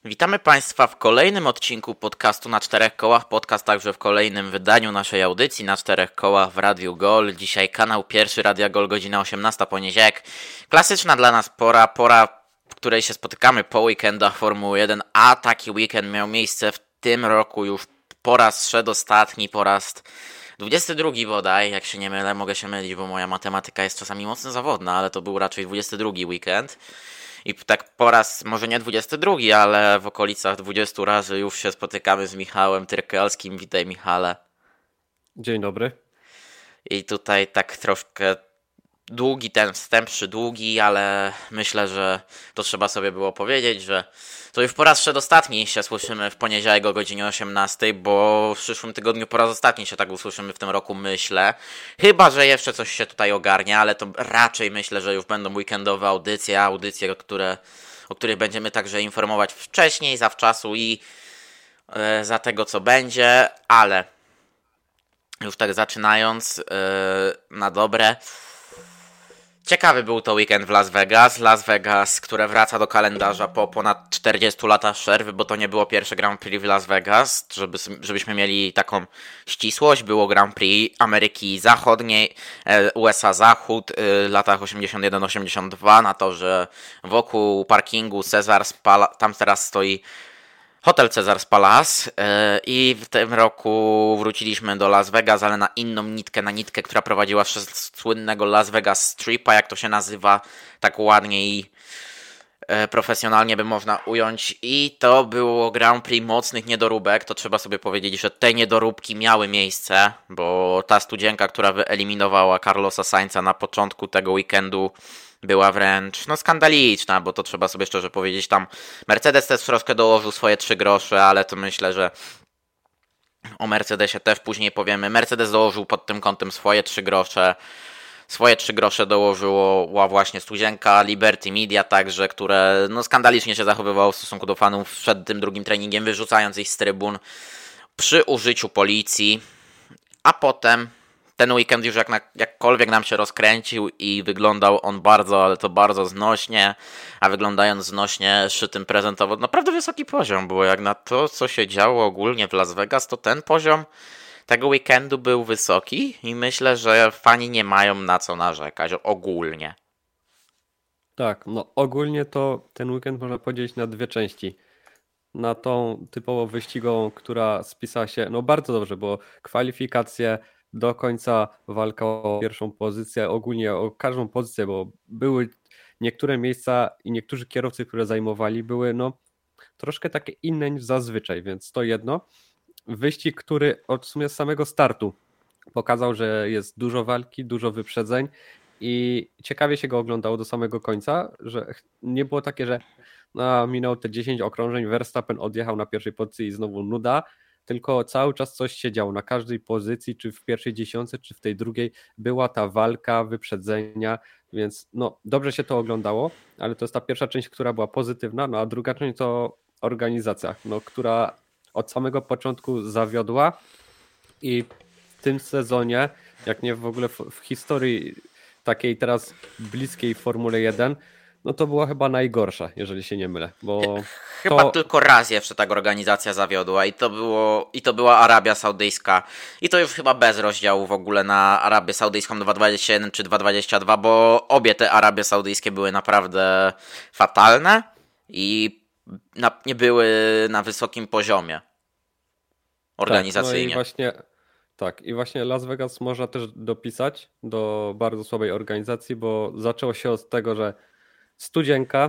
Witamy Państwa w kolejnym odcinku podcastu na czterech kołach. Podcast także w kolejnym wydaniu naszej audycji na czterech kołach w Radiu Gol. Dzisiaj kanał pierwszy Radia Gol, godzina 18, poniedziałek. Klasyczna dla nas pora, w której się spotykamy po weekendach Formuły 1, a taki weekend miał miejsce w tym roku już po raz przedostatni, po raz 22 bodaj, jak się nie mylę, mogę się mylić, bo moja matematyka jest czasami mocno zawodna, ale to był raczej 22 weekend. I tak po raz, może nie 22, ale w okolicach 20 razy już się spotykamy z Michałem Tyrkielskim. Witaj, Michale. Dzień dobry. I tutaj tak troszkę długi ten wstęp, przydługi, ale myślę, że to trzeba sobie było powiedzieć, że to już po raz przedostatni się słyszymy w poniedziałek o godzinie 18, bo w przyszłym tygodniu po raz ostatni się tak usłyszymy w tym roku, myślę. Chyba że jeszcze coś się tutaj ogarnia, ale to raczej myślę, że już będą weekendowe audycje, o których będziemy także informować wcześniej, zawczasu i za tego co będzie, ale już tak zaczynając na dobre. Ciekawy był to weekend w Las Vegas. Las Vegas, które wraca do kalendarza po ponad 40 latach przerwy, bo to nie było pierwsze Grand Prix w Las Vegas, żebyśmy mieli taką ścisłość. Było Grand Prix Ameryki Zachodniej, USA Zachód, latach 81-82 na torze wokół parkingu Caesars Palace. Tam teraz stoi Hotel Caesars Palace i w tym roku wróciliśmy do Las Vegas, ale na inną nitkę, na nitkę, która prowadziła z słynnego Las Vegas Stripa, jak to się nazywa, tak ładnie i profesjonalnie by można ująć. I to było Grand Prix mocnych niedoróbek, to trzeba sobie powiedzieć, że te niedoróbki miały miejsce, bo ta studzienka, która wyeliminowała Carlosa Sainza na początku tego weekendu, była wręcz skandaliczna, bo to trzeba sobie szczerze powiedzieć, tam Mercedes też troszkę dołożył swoje 3 grosze, ale to myślę, że o Mercedesie też później powiemy. Mercedes dołożył pod tym kątem swoje 3 grosze. Swoje 3 grosze dołożyło właśnie studzienka Liberty Media także, które skandalicznie się zachowywało w stosunku do fanów przed tym drugim treningiem, wyrzucając ich z trybun przy użyciu policji, a potem ten weekend już jakkolwiek nam się rozkręcił i wyglądał on bardzo, ale to bardzo znośnie, a wyglądając znośnie Szczytym prezentował naprawdę wysoki poziom, bo jak na to, co się działo ogólnie w Las Vegas, to ten poziom tego weekendu był wysoki i myślę, że fani nie mają na co narzekać ogólnie. Tak, ogólnie to ten weekend można podzielić na dwie części. Na tą typowo wyścigową, która spisała się bardzo dobrze, bo kwalifikacje do końca, walka o pierwszą pozycję, ogólnie o każdą pozycję, bo były niektóre miejsca i niektórzy kierowcy, które zajmowali, były troszkę takie inne niż zazwyczaj, więc to jedno. Wyścig, który od w sumie z samego startu pokazał, że jest dużo walki, dużo wyprzedzeń i ciekawie się go oglądało do samego końca, że nie było takie, że minął te 10 okrążeń, Verstappen odjechał na pierwszej pozycji i znowu nuda, tylko cały czas coś się działo. Na każdej pozycji, czy w pierwszej dziesiątce, czy w tej drugiej była ta walka, wyprzedzenia, więc dobrze się to oglądało, ale to jest ta pierwsza część, która była pozytywna, a druga część to organizacja, która od samego początku zawiodła i w tym sezonie, jak nie w ogóle w historii takiej teraz bliskiej Formule 1, to była chyba najgorsza, jeżeli się nie mylę. Bo Chyba tylko raz jeszcze ta organizacja zawiodła i to była Arabia Saudyjska. I to już chyba bez rozdziału w ogóle na Arabię Saudyjską 2.21 czy 2.22, bo obie te Arabie Saudyjskie były naprawdę fatalne i nie były na wysokim poziomie organizacyjnie. I właśnie Las Vegas można też dopisać do bardzo słabej organizacji, bo zaczęło się od tego, że studzienka,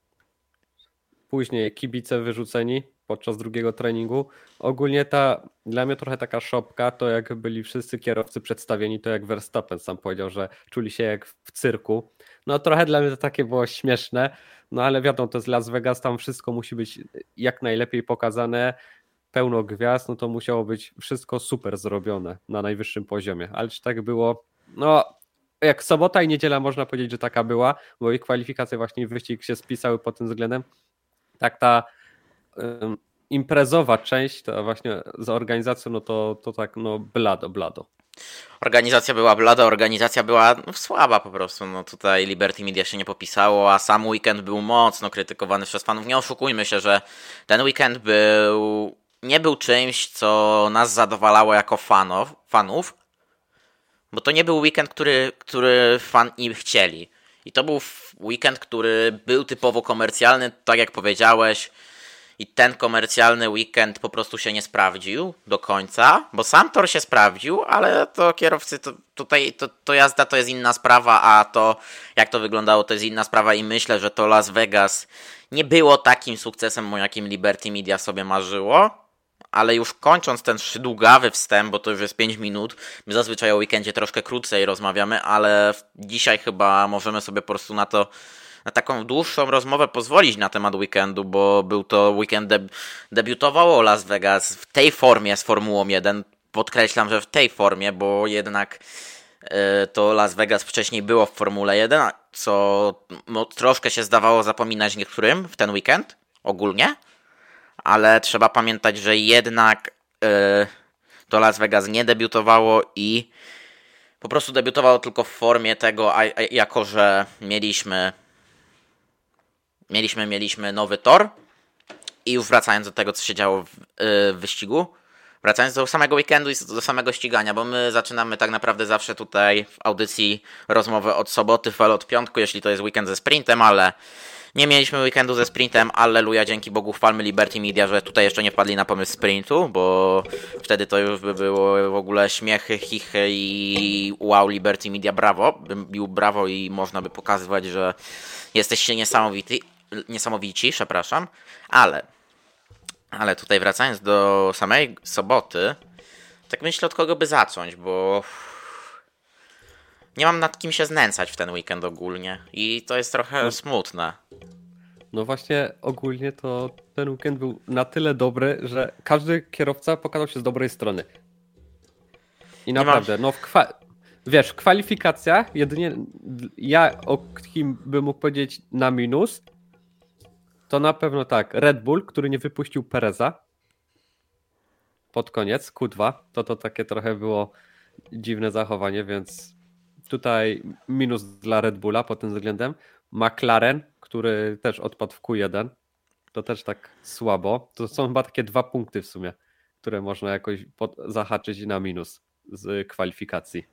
później kibice wyrzuceni podczas drugiego treningu. Ogólnie dla mnie trochę taka szopka, to jak byli wszyscy kierowcy przedstawieni, to jak Verstappen sam powiedział, że czuli się jak w cyrku. Trochę dla mnie to takie było śmieszne, ale wiadomo, to jest Las Vegas, tam wszystko musi być jak najlepiej pokazane, pełno gwiazd, to musiało być wszystko super zrobione na najwyższym poziomie. Ale czy tak było? Jak sobota i niedziela można powiedzieć, że taka była, bo ich kwalifikacje właśnie i wyścig się spisały pod tym względem. Tak imprezowa część, to właśnie za organizacją, no to tak, no blado. Organizacja była blada, organizacja była słaba po prostu. No tutaj Liberty Media się nie popisało, a sam weekend był mocno krytykowany przez fanów. Nie oszukujmy się, że ten weekend nie był czymś, co nas zadowalało jako fanów, bo to nie był weekend, który fani chcieli. I to był weekend, który był typowo komercjalny, tak jak powiedziałeś. I ten komercjalny weekend po prostu się nie sprawdził do końca, bo sam tor się sprawdził, ale to kierowcy, to jazda to jest inna sprawa, a to jak to wyglądało to jest inna sprawa i myślę, że to Las Vegas nie było takim sukcesem, jakim Liberty Media sobie marzyło. Ale już kończąc ten przydługawy wstęp, bo to już jest 5 minut, my zazwyczaj o weekendzie troszkę krócej rozmawiamy, ale dzisiaj chyba możemy sobie po prostu na taką dłuższą rozmowę pozwolić na temat weekendu, bo był to weekend, debiutowało Las Vegas w tej formie z Formułą 1. Podkreślam, że w tej formie, bo jednak to Las Vegas wcześniej było w Formule 1, co troszkę się zdawało zapominać niektórym w ten weekend ogólnie. Ale trzeba pamiętać, że jednak to Las Vegas nie debiutowało i po prostu debiutowało tylko w formie tego, jako że mieliśmy nowy tor i już wracając do tego, co się działo w wyścigu, wracając do samego weekendu i do samego ścigania, bo my zaczynamy tak naprawdę zawsze tutaj w audycji rozmowę od soboty, od piątku, jeśli to jest weekend ze sprintem, ale nie mieliśmy weekendu ze sprintem, alleluja, dzięki Bogu, chwalmy Liberty Media, że tutaj jeszcze nie wpadli na pomysł sprintu, bo wtedy to już by było w ogóle śmiechy, chichy i wow, Liberty Media, brawo, bym bił brawo i można by pokazywać, że jesteście niesamowici, przepraszam, ale tutaj wracając do samej soboty, tak myślę od kogo by zacząć, bo nie mam nad kim się znęcać w ten weekend ogólnie i to jest trochę smutne. No właśnie ogólnie to ten weekend był na tyle dobry, że każdy kierowca pokazał się z dobrej strony. I naprawdę, no wiesz, w kwalifikacjach jedynie ja, o kim bym mógł powiedzieć na minus, to na pewno tak, Red Bull, który nie wypuścił Pereza pod koniec, Q2, to takie trochę było dziwne zachowanie, więc tutaj minus dla Red Bulla pod tym względem. McLaren, który też odpadł w Q1, to też tak słabo. To są chyba takie 2 punkty w sumie, które można jakoś zahaczyć na minus z kwalifikacji.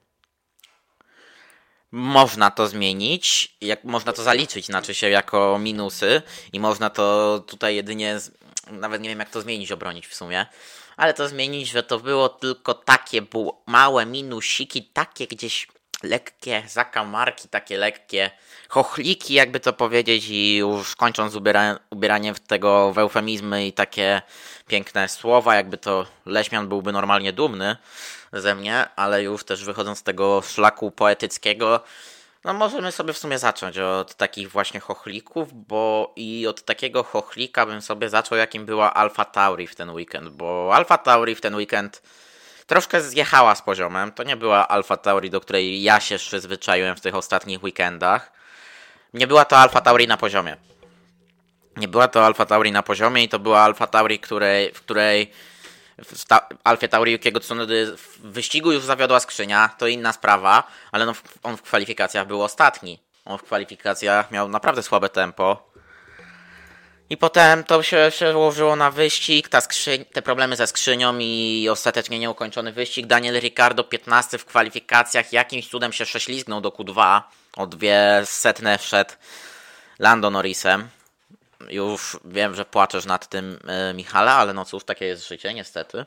Można to zmienić, można to zaliczyć, znaczy się jako minusy i można to tutaj jedynie, nawet nie wiem jak to zmienić, obronić w sumie, ale to zmienić, że to było tylko takie małe minusiki, takie gdzieś lekkie zakamarki, takie lekkie chochliki, jakby to powiedzieć, i już kończąc ubieranie w tego w eufemizmy i takie piękne słowa, jakby to Leśmian byłby normalnie dumny ze mnie, ale już też wychodząc z tego szlaku poetyckiego, no możemy sobie w sumie zacząć od takich właśnie chochlików, bo i od takiego chochlika bym sobie zaczął, jakim była Alfa Tauri w ten weekend, bo Alfa Tauri w ten weekend troszkę zjechała z poziomem. To nie była Alfa Tauri, do której ja się przyzwyczaiłem w tych ostatnich weekendach. Nie była to Alfa Tauri na poziomie. Nie była to Alfa Tauri na poziomie i to była Alfa Tauri, w której Alfie Tauri Yukiego Tsunody w wyścigu już zawiodła skrzynia, to inna sprawa, ale no on w kwalifikacjach był ostatni. On w kwalifikacjach miał naprawdę słabe tempo. I potem to się przełożyło na wyścig, te problemy ze skrzynią i ostatecznie nieukończony wyścig. Daniel Ricciardo 15 w kwalifikacjach, jakimś cudem się prześlizgnął do Q2, o 200 wszedł Lando Norrisem. Już wiem, że płaczesz nad tym, Michale, ale no cóż, takie jest życie, niestety.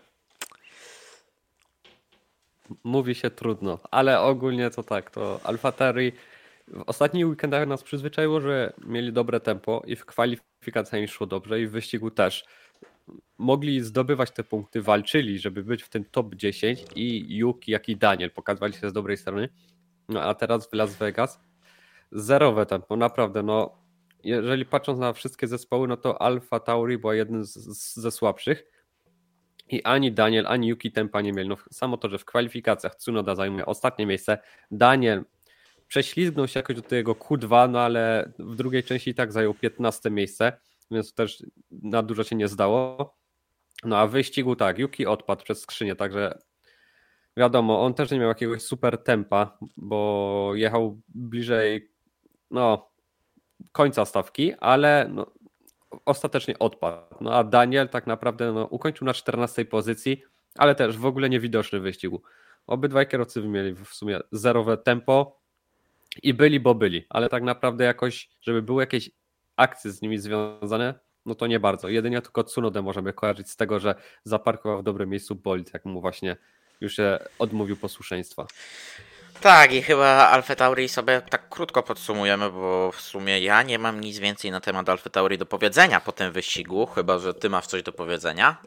Mówi się trudno, ale ogólnie to tak, to Alfa Tauri w ostatnich weekendach nas przyzwyczaiło, że mieli dobre tempo i w kwalifikacjach im szło dobrze i w wyścigu też. Mogli zdobywać te punkty, walczyli, żeby być w tym top 10 i Yuki, jak i Daniel pokazywali się z dobrej strony. No a teraz w Las Vegas zerowe tempo, naprawdę, no jeżeli patrząc na wszystkie zespoły, no to Alfa Tauri była jednym ze słabszych i ani Daniel, ani Yuki tempa nie mieli. No, samo to, że w kwalifikacjach Tsunoda zajmuje ostatnie miejsce, Daniel prześlizgnął się jakoś do tego Q2, no ale w drugiej części i tak zajął 15 miejsce, więc też na dużo się nie zdało. No a w wyścigu tak, Yuki odpadł przez skrzynię, także wiadomo, on też nie miał jakiegoś super tempa, bo jechał bliżej no, końca stawki, ale no, ostatecznie odpadł. No a Daniel tak naprawdę no, ukończył na 14 pozycji, ale też w ogóle niewidoczny w wyścigu. Obydwaj kierowcy mieli w sumie zerowe tempo i byli, bo byli, ale tak naprawdę jakoś, żeby były jakieś akcje z nimi związane, no to nie bardzo. Jedynie tylko Tsunodę możemy kojarzyć z tego, że zaparkował w dobrym miejscu bolid, jak mu właśnie już się odmówił posłuszeństwa. Tak, i chyba Alfa Tauri sobie tak krótko podsumujemy, bo w sumie ja nie mam nic więcej na temat Alfa Tauri do powiedzenia po tym wyścigu, chyba że ty masz coś do powiedzenia.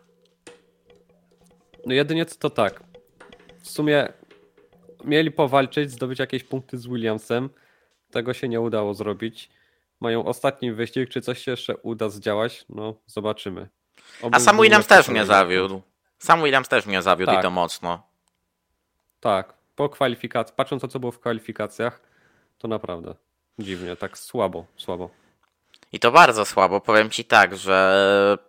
No jedynie co to tak. W sumie mieli powalczyć, zdobyć jakieś punkty z Williamsem. Tego się nie udało zrobić. Mają ostatni wyścig, czy coś się jeszcze uda zdziałać? No, zobaczymy. A Sam Williams też mnie zawiódł. Sam Williams też mnie zawiódł tak. I to mocno. Tak, po kwalifikacji, patrząc o co było w kwalifikacjach, to naprawdę dziwnie, tak słabo. I to bardzo słabo, powiem ci tak, że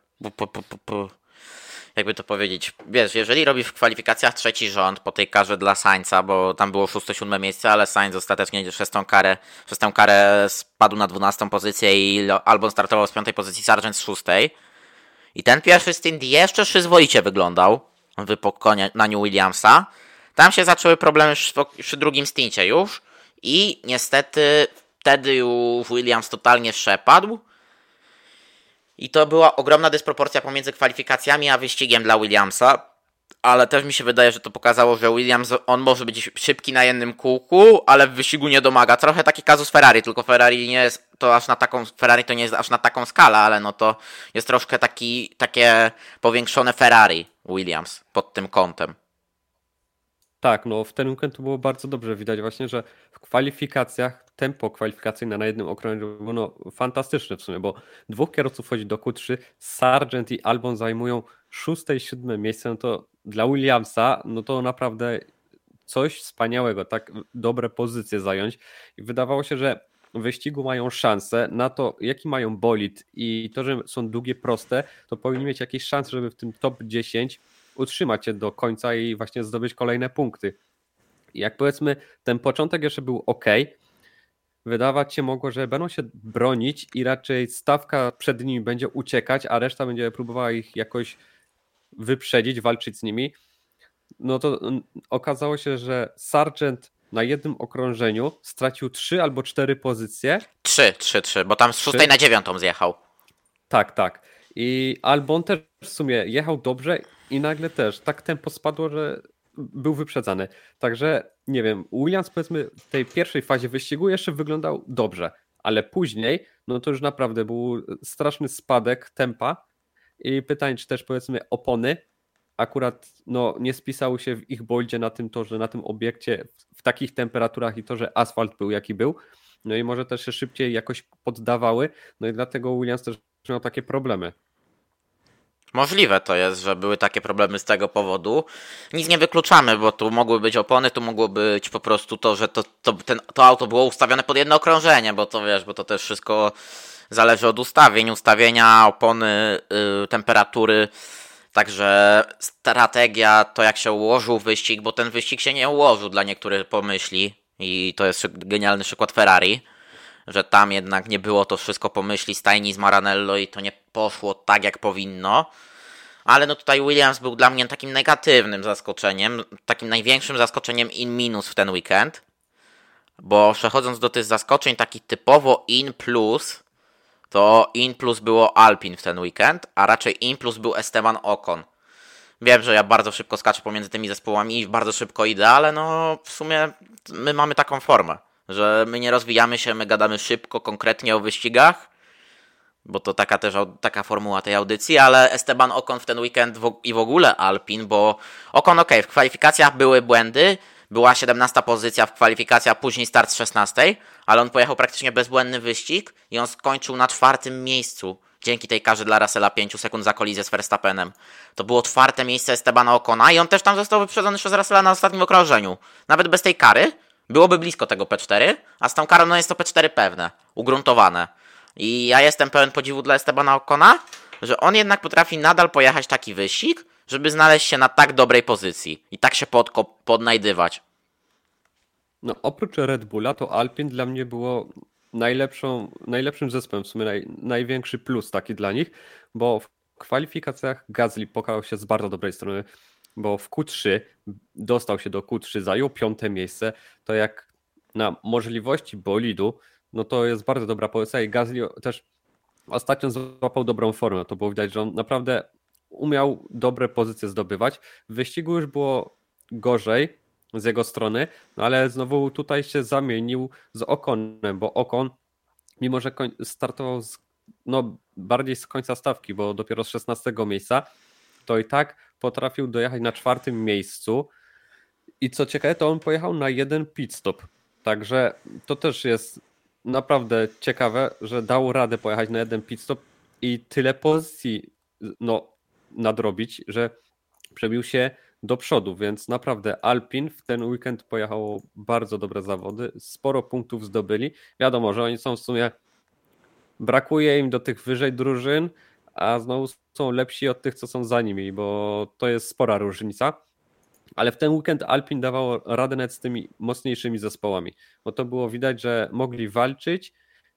jakby to powiedzieć, wiesz, jeżeli robisz w kwalifikacjach trzeci rząd po tej karze dla Sainza, bo tam było 6-7 miejsce, ale Sainz ostatecznie przez tę karę spadł na 12 pozycję i Albon startował z 5 pozycji, Sargent z 6. I ten pierwszy stint jeszcze przyzwoicie wyglądał w pokonaniu Williamsa. Tam się zaczęły problemy przy drugim stincie już i niestety wtedy już Williams totalnie przepadł. I to była ogromna dysproporcja pomiędzy kwalifikacjami a wyścigiem dla Williamsa. Ale też mi się wydaje, że to pokazało, że Williams, on może być szybki na jednym kółku, ale w wyścigu nie domaga. Trochę taki kazus Ferrari, tylko Ferrari nie jest to aż na taką, Ferrari to nie jest aż na taką skalę, ale no to jest troszkę takie powiększone Ferrari Williams pod tym kątem. Tak, no w ten weekend to było bardzo dobrze widać właśnie, że w kwalifikacjach tempo kwalifikacyjne na jednym okręgu było no, fantastyczne w sumie, bo dwóch kierowców wchodzi do Q3, Sargent i Albon zajmują 6. i 7. miejsce, no to dla Williamsa, no to naprawdę coś wspaniałego, tak dobre pozycje zająć i wydawało się, że w wyścigu mają szansę na to, jaki mają bolid i to, że są długie, proste, to powinni mieć jakieś szanse, żeby w tym top 10 utrzymać się do końca i właśnie zdobyć kolejne punkty. I jak powiedzmy, ten początek jeszcze był ok, wydawać się mogło, że będą się bronić i raczej stawka przed nimi będzie uciekać, a reszta będzie próbowała ich jakoś wyprzedzić, walczyć z nimi. No to okazało się, że Sargent na jednym okrążeniu stracił 3 albo 4 pozycje. 3, bo tam z 6 na 9 zjechał. Tak. I Albon też w sumie jechał dobrze i nagle też tak tempo spadło, że był wyprzedzany. Także nie wiem, Williams powiedzmy w tej pierwszej fazie wyścigu jeszcze wyglądał dobrze, ale później no to już naprawdę był straszny spadek tempa i pytanie, czy też powiedzmy opony akurat no, nie spisały się w ich boldzie na tym torze, na tym obiekcie w takich temperaturach i to, że asfalt był jaki był. No i może też się szybciej jakoś poddawały, no i dlatego Williams też miał takie problemy. Możliwe to jest, że były takie problemy z tego powodu. Nic nie wykluczamy, bo tu mogły być opony, tu mogło być po prostu to, że to auto było ustawione pod jedno okrążenie, bo to wiesz, bo to też wszystko zależy od ustawienia opony, temperatury. Także strategia, to jak się ułożył wyścig, bo ten wyścig się nie ułożył dla niektórych pomyśli i to jest genialny przykład Ferrari, że tam jednak nie było to wszystko pomyśli stajni z Maranello i to nie poszło tak jak powinno. Ale no tutaj Williams był dla mnie takim negatywnym zaskoczeniem, takim największym zaskoczeniem in minus w ten weekend. Bo przechodząc do tych zaskoczeń takich typowo in plus, to in plus było Alpine w ten weekend, a raczej in plus był Esteban Ocon. Wiem, że ja bardzo szybko skaczę pomiędzy tymi zespołami i bardzo szybko idę, ale no w sumie my mamy taką formę, że my nie rozwijamy się, my gadamy szybko, konkretnie o wyścigach, bo to taka formuła tej audycji, ale Esteban Ocon w ten weekend i w ogóle Alpine, bo Ocon w kwalifikacjach były błędy, była 17 pozycja w kwalifikacjach, później start z 16, ale on pojechał praktycznie bezbłędny wyścig i on skończył na 4. miejscu. Dzięki tej karze dla Russella 5 sekund za kolizję z Verstappenem. To było 4. miejsce Estebana Ocona i on też tam został wyprzedzony przez Russella na ostatnim okrążeniu. Nawet bez tej kary byłoby blisko tego P4, a z tą karą no jest to P4 pewne, ugruntowane. I ja jestem pełen podziwu dla Estebana Ocona, że on jednak potrafi nadal pojechać taki wyścig, żeby znaleźć się na tak dobrej pozycji i tak się podnajdywać. No, oprócz Red Bulla, to Alpine dla mnie było najlepszym zespołem, w sumie największy plus taki dla nich, bo w kwalifikacjach Gasly pokazał się z bardzo dobrej strony, bo w Q3 dostał się do Q3, zajął 5. miejsce, to jak na możliwości bolidu, no to jest bardzo dobra pozycja i Gasly też ostatnio złapał dobrą formę, to było widać, że on naprawdę umiał dobre pozycje zdobywać. W wyścigu już było gorzej z jego strony, no ale znowu tutaj się zamienił z Oconem, bo Ocon, mimo że startował bardziej z końca stawki, bo dopiero z 16 miejsca, to i tak potrafił dojechać na 4. miejscu i co ciekawe, to on pojechał na 1 pit stop. Także to też jest naprawdę ciekawe, że dał radę pojechać na 1 pit stop i tyle pozycji nadrobić, że przebił się do przodu, więc naprawdę Alpine w ten weekend pojechało bardzo dobre zawody, sporo punktów zdobyli. Wiadomo, że oni są w sumie, brakuje im do tych wyżej drużyn, a znowu są lepsi od tych, co są za nimi, bo to jest spora różnica. Ale w ten weekend Alpine dawało radę nawet z tymi mocniejszymi zespołami, bo to było widać, że mogli walczyć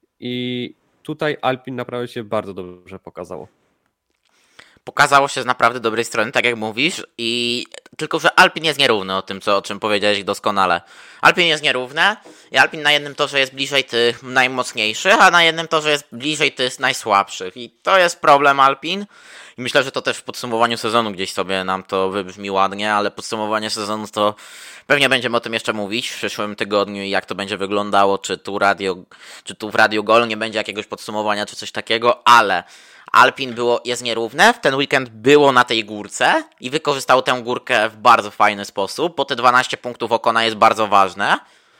i tutaj Alpine naprawdę się bardzo dobrze pokazało. Pokazało się z naprawdę dobrej strony, tak jak mówisz, i tylko, że Alpin jest nierówny o czym powiedziałeś doskonale. Alpin jest nierówny i Alpin na jednym torze jest bliżej tych najmocniejszych, a na jednym torze jest bliżej tych najsłabszych. I to jest problem Alpin. I myślę, że to też w podsumowaniu sezonu gdzieś sobie nam to wybrzmi ładnie, ale podsumowanie sezonu to pewnie będziemy o tym jeszcze mówić w przyszłym tygodniu i jak to będzie wyglądało, czy tu w Radio Gol nie będzie jakiegoś podsumowania, czy coś takiego, ale Alpin jest nierówne, w ten weekend było na tej górce i wykorzystał tę górkę w bardzo fajny sposób, bo te 12 punktów Ocona jest bardzo ważne.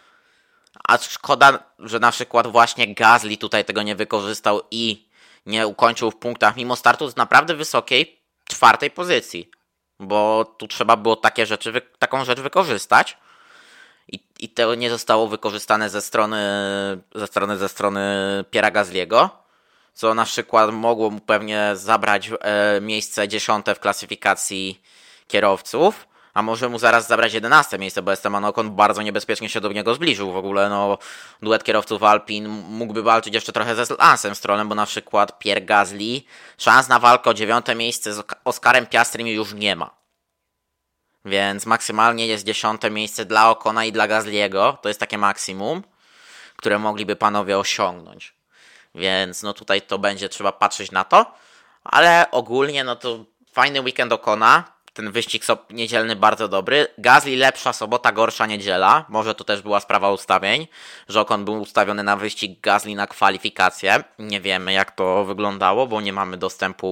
A szkoda, że na przykład właśnie Gasly tutaj tego nie wykorzystał i nie ukończył w punktach mimo startu z naprawdę wysokiej 4. pozycji. Bo tu trzeba było taką rzecz wykorzystać. I to nie zostało wykorzystane ze strony Pierre'a Gasly'ego, co na przykład mogło mu pewnie zabrać miejsce 10. w klasyfikacji kierowców, a może mu zaraz zabrać 11. miejsce, bo Esteban Ocon bardzo niebezpiecznie się do niego zbliżył. W ogóle duet kierowców Alpin mógłby walczyć jeszcze trochę ze Lancem Strollem, bo na przykład Pierre Gasly szans na walkę o 9. miejsce z Oscarem Piastrym już nie ma. Więc maksymalnie jest 10. miejsce dla Ocona i dla Gasly'ego. To jest takie maksimum, które mogliby panowie osiągnąć. Więc tutaj to będzie trzeba patrzeć na to. Ale ogólnie to fajny weekend Ocona. Ten wyścig niedzielny bardzo dobry. Gasly lepsza sobota, gorsza niedziela. Może to też była sprawa ustawień, że Ocon był ustawiony na wyścig, Gasly na kwalifikacje. Nie wiemy jak to wyglądało, bo nie mamy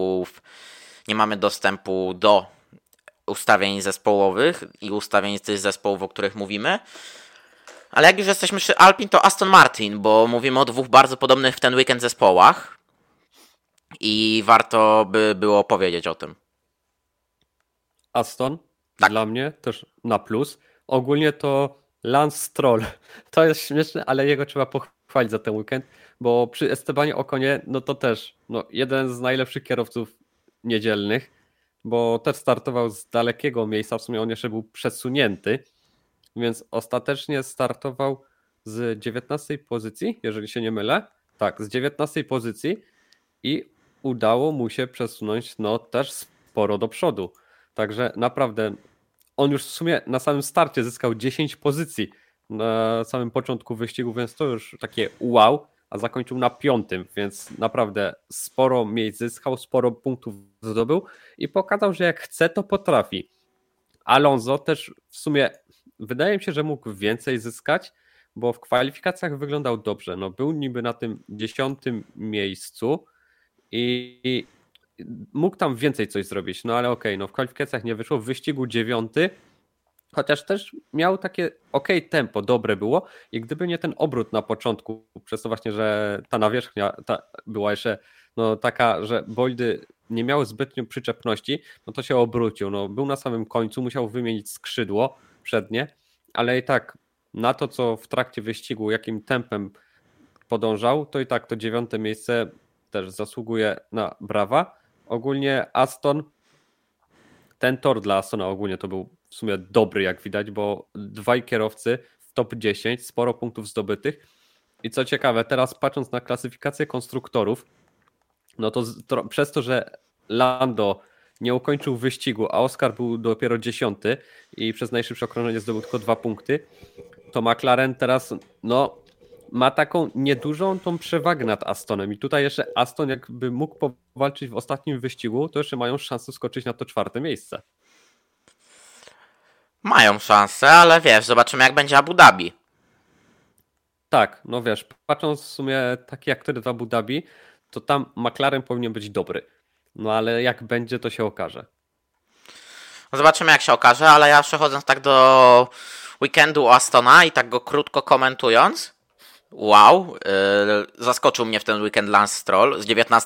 dostępu do ustawień zespołowych i ustawień z tych zespołów, o których mówimy. Ale jak już jesteśmy przy Alpin, to Aston Martin, bo mówimy o dwóch bardzo podobnych w ten weekend zespołach i warto by było powiedzieć o tym. Aston, tak. Dla mnie też na plus. Ogólnie to Lance Stroll, to jest śmieszne, ale jego trzeba pochwalić za ten weekend, bo przy Estebanie Oconie, to też jeden z najlepszych kierowców niedzielnych, bo też startował z dalekiego miejsca, w sumie on jeszcze był przesunięty, więc ostatecznie startował z 19 pozycji, jeżeli się nie mylę. Tak, z 19 pozycji i udało mu się przesunąć też sporo do przodu. Także naprawdę on już w sumie na samym starcie zyskał 10 pozycji na samym początku wyścigu, więc to już takie wow, a zakończył na 5, więc naprawdę sporo miejsc zyskał, sporo punktów zdobył i pokazał, że jak chce, to potrafi. Alonso też w sumie wydaje mi się, że mógł więcej zyskać, bo w kwalifikacjach wyglądał dobrze. Był niby na tym 10. miejscu i mógł tam więcej coś zrobić, ale okej, w kwalifikacjach nie wyszło, w wyścigu 9, chociaż też miał takie tempo, dobre było i gdyby nie ten obrót na początku, przez to właśnie, że ta nawierzchnia była jeszcze taka, że bolidy nie miały zbytnio przyczepności, to się obrócił, był na samym końcu, musiał wymienić skrzydło przednie, ale i tak na to, co w trakcie wyścigu, jakim tempem podążał, to i tak to 9. miejsce też zasługuje na brawa. ogólnie Aston, ten tor dla Astona ogólnie to był w sumie dobry, jak widać, bo dwaj kierowcy w top 10, sporo punktów zdobytych. I co ciekawe, teraz patrząc na klasyfikację konstruktorów, no to przez to, że Lando nie ukończył wyścigu, a Oscar był dopiero 10 i przez najszybsze okrążenie zdobył tylko 2 punkty, to McLaren teraz ma taką niedużą tą przewagę nad Astonem. I tutaj jeszcze Aston jakby mógł powalczyć w ostatnim wyścigu, to jeszcze mają szansę skoczyć na to 4. miejsce. Mają szansę, ale wiesz, zobaczymy jak będzie Abu Dhabi. Tak, no wiesz, patrząc w sumie taki jak wtedy w Abu Dhabi, to tam McLaren powinien być dobry. No ale jak będzie, to się okaże. Zobaczymy jak się okaże, ale ja przechodząc tak do weekendu Astona i tak go krótko komentując, wow, zaskoczył mnie w ten weekend Lance Stroll z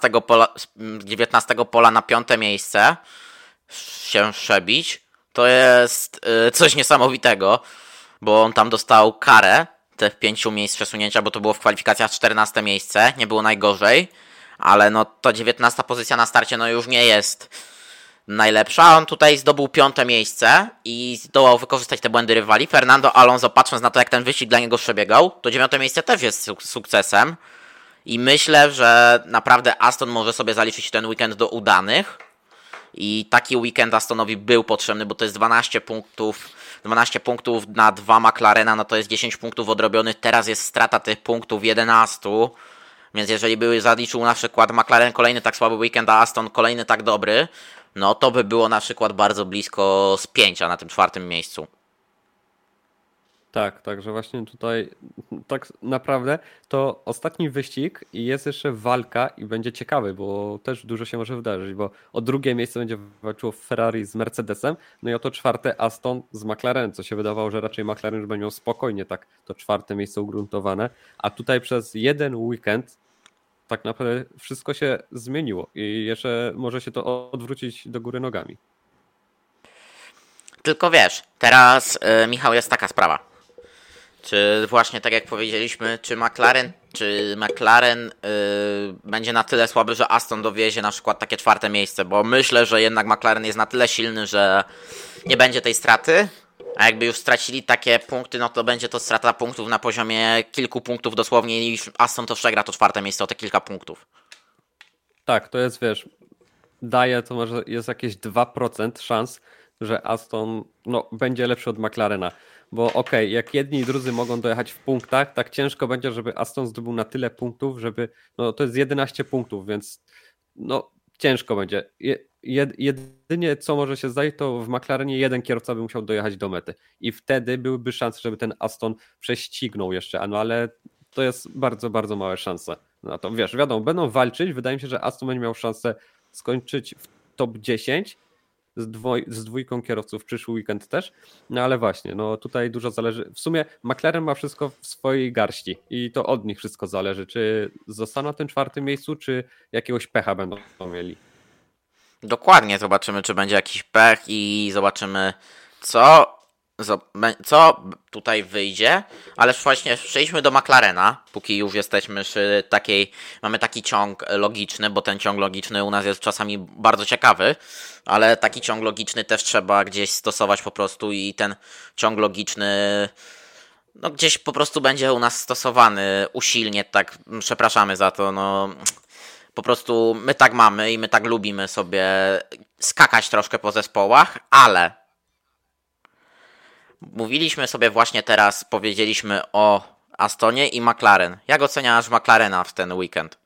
19 pola na 5. miejsce się przebić. To jest coś niesamowitego, bo on tam dostał karę te 5 miejsc przesunięcia, bo to było w kwalifikacjach 14 miejsce, nie było najgorzej, ale no to 19 pozycja na starcie no już nie jest najlepsza. On tutaj zdobył 5. miejsce i zdołał wykorzystać te błędy rywali. Fernando Alonso, patrząc na to jak ten wyścig dla niego przebiegał, to 9. miejsce też jest sukcesem i myślę, że naprawdę Aston może sobie zaliczyć ten weekend do udanych. I taki weekend Astonowi był potrzebny, bo to jest 12 punktów na 2 McLarena, no to jest 10 punktów odrobionych, teraz jest strata tych punktów 11, więc jeżeli by zaliczył na przykład McLaren kolejny tak słaby weekend, a Aston kolejny tak dobry, no to by było na przykład bardzo blisko spięcia na tym 4. miejscu. Tak, także właśnie tutaj tak naprawdę to ostatni wyścig i jest jeszcze walka i będzie ciekawy, bo też dużo się może wydarzyć, bo o 2. miejsce będzie walczyło Ferrari z Mercedesem, no i o to 4. Aston z McLarenem, co się wydawało, że raczej McLaren już będzie miał spokojnie tak to 4. miejsce ugruntowane, a tutaj przez jeden weekend tak naprawdę wszystko się zmieniło i jeszcze może się to odwrócić do góry nogami. Tylko wiesz, teraz Michał, jest taka sprawa. Czy właśnie tak jak powiedzieliśmy, czy McLaren będzie na tyle słaby, że Aston dowiezie na przykład takie 4. miejsce, bo myślę, że jednak McLaren jest na tyle silny, że nie będzie tej straty, a jakby już stracili takie punkty, no to będzie to strata punktów na poziomie kilku punktów dosłownie i Aston to przegra to 4. miejsce o te kilka punktów. Tak, to jest, wiesz, daje to może jest jakieś 2% szans, że Aston będzie lepszy od McLarena. Bo okej, jak jedni i drudzy mogą dojechać w punktach, tak ciężko będzie, żeby Aston zdobył na tyle punktów, żeby, to jest 11 punktów, więc ciężko będzie. Jedynie co może się zdarzyć, to w McLarenie jeden kierowca by musiał dojechać do mety i wtedy byłyby szanse, żeby ten Aston prześcignął jeszcze, ale to jest bardzo, bardzo małe szanse na to. Wiesz, wiadomo, będą walczyć, wydaje mi się, że Aston będzie miał szansę skończyć w top 10 z dwójką kierowców w przyszły weekend też, ale właśnie, tutaj dużo zależy. W sumie McLaren ma wszystko w swojej garści i to od nich wszystko zależy, czy zostaną na tym 4. miejscu, czy jakiegoś pecha będą mieli. Dokładnie, zobaczymy czy będzie jakiś pech i zobaczymy co tutaj wyjdzie, ale właśnie przejdźmy do McLarena, póki już jesteśmy przy mamy taki ciąg logiczny, bo ten ciąg logiczny u nas jest czasami bardzo ciekawy, ale taki ciąg logiczny też trzeba gdzieś stosować po prostu i ten ciąg logiczny gdzieś po prostu będzie u nas stosowany usilnie, tak, przepraszamy za to, po prostu my tak mamy i my tak lubimy sobie skakać troszkę po zespołach, ale mówiliśmy sobie właśnie teraz, powiedzieliśmy o Astonie i McLaren. Jak oceniasz McLarena w ten weekend?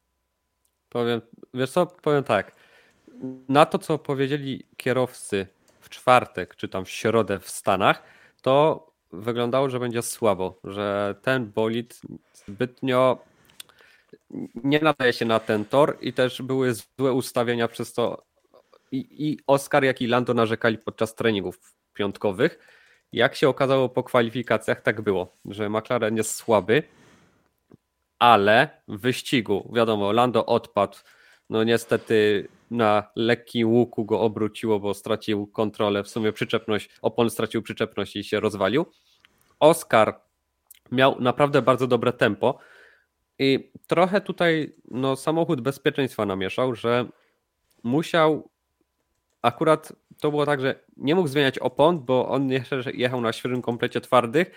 Powiem tak. Na to, co powiedzieli kierowcy w czwartek, czy tam w środę w Stanach, to wyglądało, że będzie słabo, że ten bolid zbytnio nie nadaje się na ten tor i też były złe ustawienia przez to i Oscar, jak i Lando narzekali podczas treningów piątkowych. Jak się okazało po kwalifikacjach, tak było, że McLaren jest słaby, ale w wyścigu, wiadomo, Lando odpadł, niestety na lekkim łuku go obróciło, bo stracił kontrolę, w sumie opon stracił przyczepność i się rozwalił. Oscar miał naprawdę bardzo dobre tempo i trochę tutaj samochód bezpieczeństwa namieszał, że musiał, akurat to było tak, że nie mógł zmieniać opon, bo on jeszcze jechał na świeżym komplecie twardych,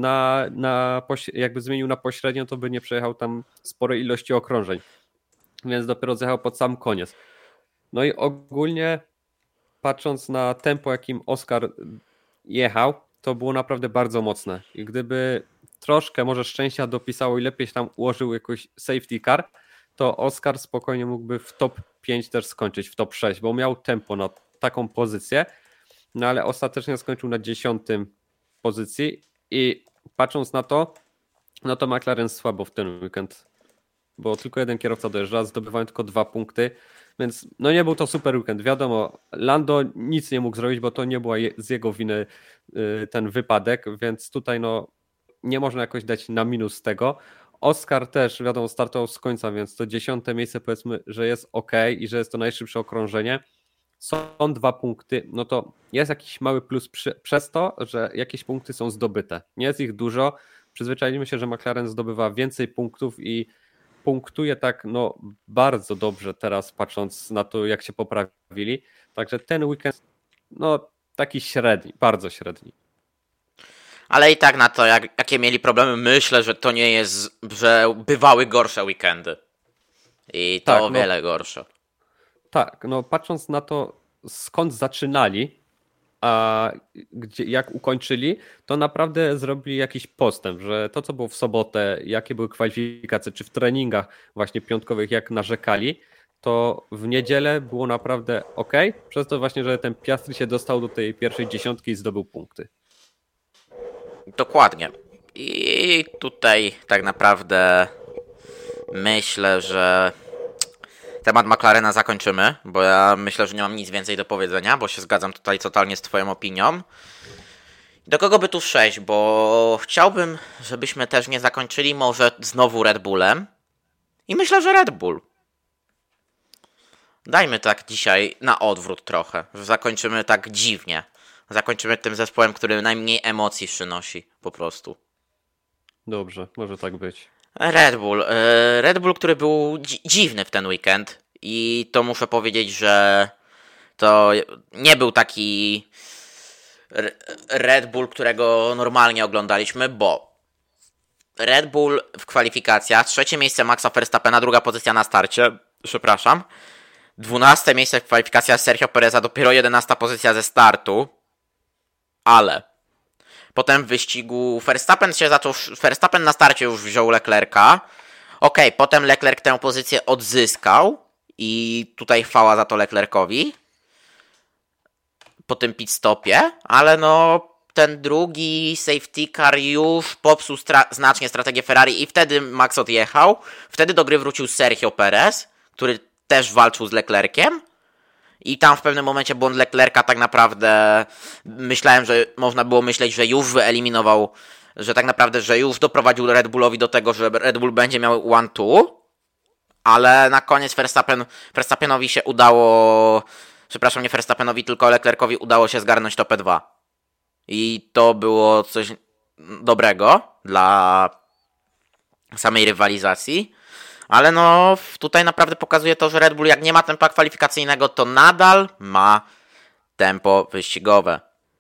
jakby zmienił na pośrednio, to by nie przejechał tam sporej ilości okrążeń, więc dopiero zjechał pod sam koniec. No i ogólnie patrząc na tempo, jakim Oscar jechał, to było naprawdę bardzo mocne i gdyby troszkę może szczęścia dopisało i lepiej się tam ułożył jakoś safety car, to Oscar spokojnie mógłby w top 5 też skończyć, w top 6, bo miał tempo na taką pozycję, no ale ostatecznie skończył na 10 pozycji i patrząc na to, no to McLaren słabo w ten weekend, bo tylko jeden kierowca dojeżdża, zdobywają tylko 2 punkty, więc no nie był to super weekend. Wiadomo, Lando nic nie mógł zrobić, bo to nie była z jego winy ten wypadek, więc tutaj no nie można jakoś dać na minus tego. Oscar też, wiadomo, startował z końca, więc to 10 miejsce powiedzmy, że jest ok i że jest to najszybsze okrążenie. Są 2 punkty, no to jest jakiś mały plus przez to, że jakieś punkty są zdobyte. Nie jest ich dużo. Przyzwyczailiśmy się, że McLaren zdobywa więcej punktów i punktuje tak no bardzo dobrze teraz, patrząc na to, jak się poprawili. Także ten weekend no taki średni, bardzo średni. Ale i tak na to, jakie mieli problemy, myślę, że to nie jest, że bywały gorsze weekendy. I to tak, o wiele gorsze. Tak, no patrząc na to, skąd zaczynali, a jak ukończyli, to naprawdę zrobili jakiś postęp, że to, co było w sobotę, jakie były kwalifikacje, czy w treningach właśnie piątkowych, jak narzekali, to w niedzielę było naprawdę ok, przez to właśnie, że ten Piastri się dostał do tej pierwszej dziesiątki i zdobył punkty. Dokładnie. I tutaj tak naprawdę myślę, że temat McLarena zakończymy, bo ja myślę, że nie mam nic więcej do powiedzenia, bo się zgadzam tutaj totalnie z twoją opinią. Do kogo by tu przejść, bo chciałbym, żebyśmy też nie zakończyli może znowu Red Bullem. I myślę, że Red Bull. Dajmy tak dzisiaj na odwrót trochę, że zakończymy tak dziwnie. Zakończymy tym zespołem, który najmniej emocji przynosi po prostu. Dobrze, może tak być. Red Bull. Red Bull, który był dziwny w ten weekend. I to muszę powiedzieć, że to nie był taki Red Bull, którego normalnie oglądaliśmy, bo Red Bull w kwalifikacjach, 3. miejsce Maxa Verstappena, 2. pozycja na starcie, przepraszam. 12. miejsce w kwalifikacjach Sergio Pereza, dopiero 11. pozycja ze startu. Ale potem w wyścigu Verstappen na starcie już wziął Leclerca. Okej, potem Leclerc tę pozycję odzyskał i tutaj chwała za to Leclercowi po tym pit stopie, ale no ten drugi safety car już popsuł znacznie strategię Ferrari i wtedy Max odjechał. Wtedy do gry wrócił Sergio Perez, który też walczył z Leclerciem. I tam w pewnym momencie błąd Leclerca tak naprawdę myślałem, że można było myśleć, że już wyeliminował, że tak naprawdę, że już doprowadził Red Bullowi do tego, że Red Bull będzie miał 1-2, ale na koniec Verstappenowi się udało, przepraszam, nie Verstappenowi, tylko Leclercowi udało się zgarnąć topę 2. I to było coś dobrego dla samej rywalizacji. Ale no tutaj naprawdę pokazuje to, że Red Bull jak nie ma tempa kwalifikacyjnego, to nadal ma tempo wyścigowe.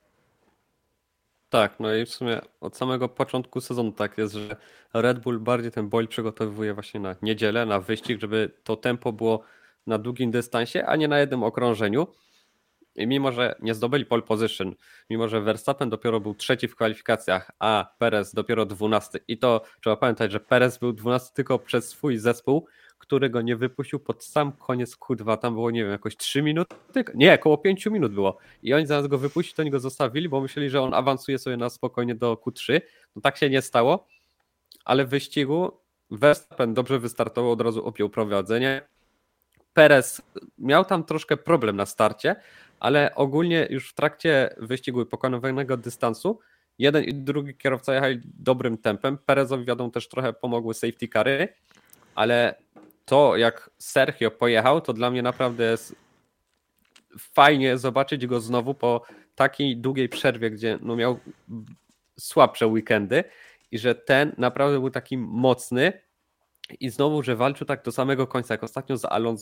Tak, no i w sumie od samego początku sezonu tak jest, że Red Bull bardziej ten bolid przygotowuje właśnie na niedzielę, na wyścig, żeby to tempo było na długim dystansie, a nie na jednym okrążeniu. I mimo, że nie zdobyli pole position, mimo, że Verstappen dopiero był 3. w kwalifikacjach, a Perez dopiero 12. I to trzeba pamiętać, że Perez był 12 tylko przez swój zespół, który go nie wypuścił pod sam koniec Q2. Tam było, nie wiem, jakoś 3 minuty? Nie, około 5 minut było. I oni zamiast go wypuścić, to oni go zostawili, bo myśleli, że on awansuje sobie na spokojnie do Q3. No tak się nie stało, ale w wyścigu Verstappen dobrze wystartował, od razu objął prowadzenie. Perez miał tam troszkę problem na starcie, ale ogólnie już w trakcie wyścigu pokonywanego dystansu jeden i drugi kierowca jechali dobrym tempem. Perezowi wiadomo też trochę pomogły safety cary, ale to jak Sergio pojechał, to dla mnie naprawdę jest fajnie zobaczyć go znowu po takiej długiej przerwie, gdzie no miał słabsze weekendy i że ten naprawdę był taki mocny i znowu, że walczył tak do samego końca, jak ostatnio za Alonso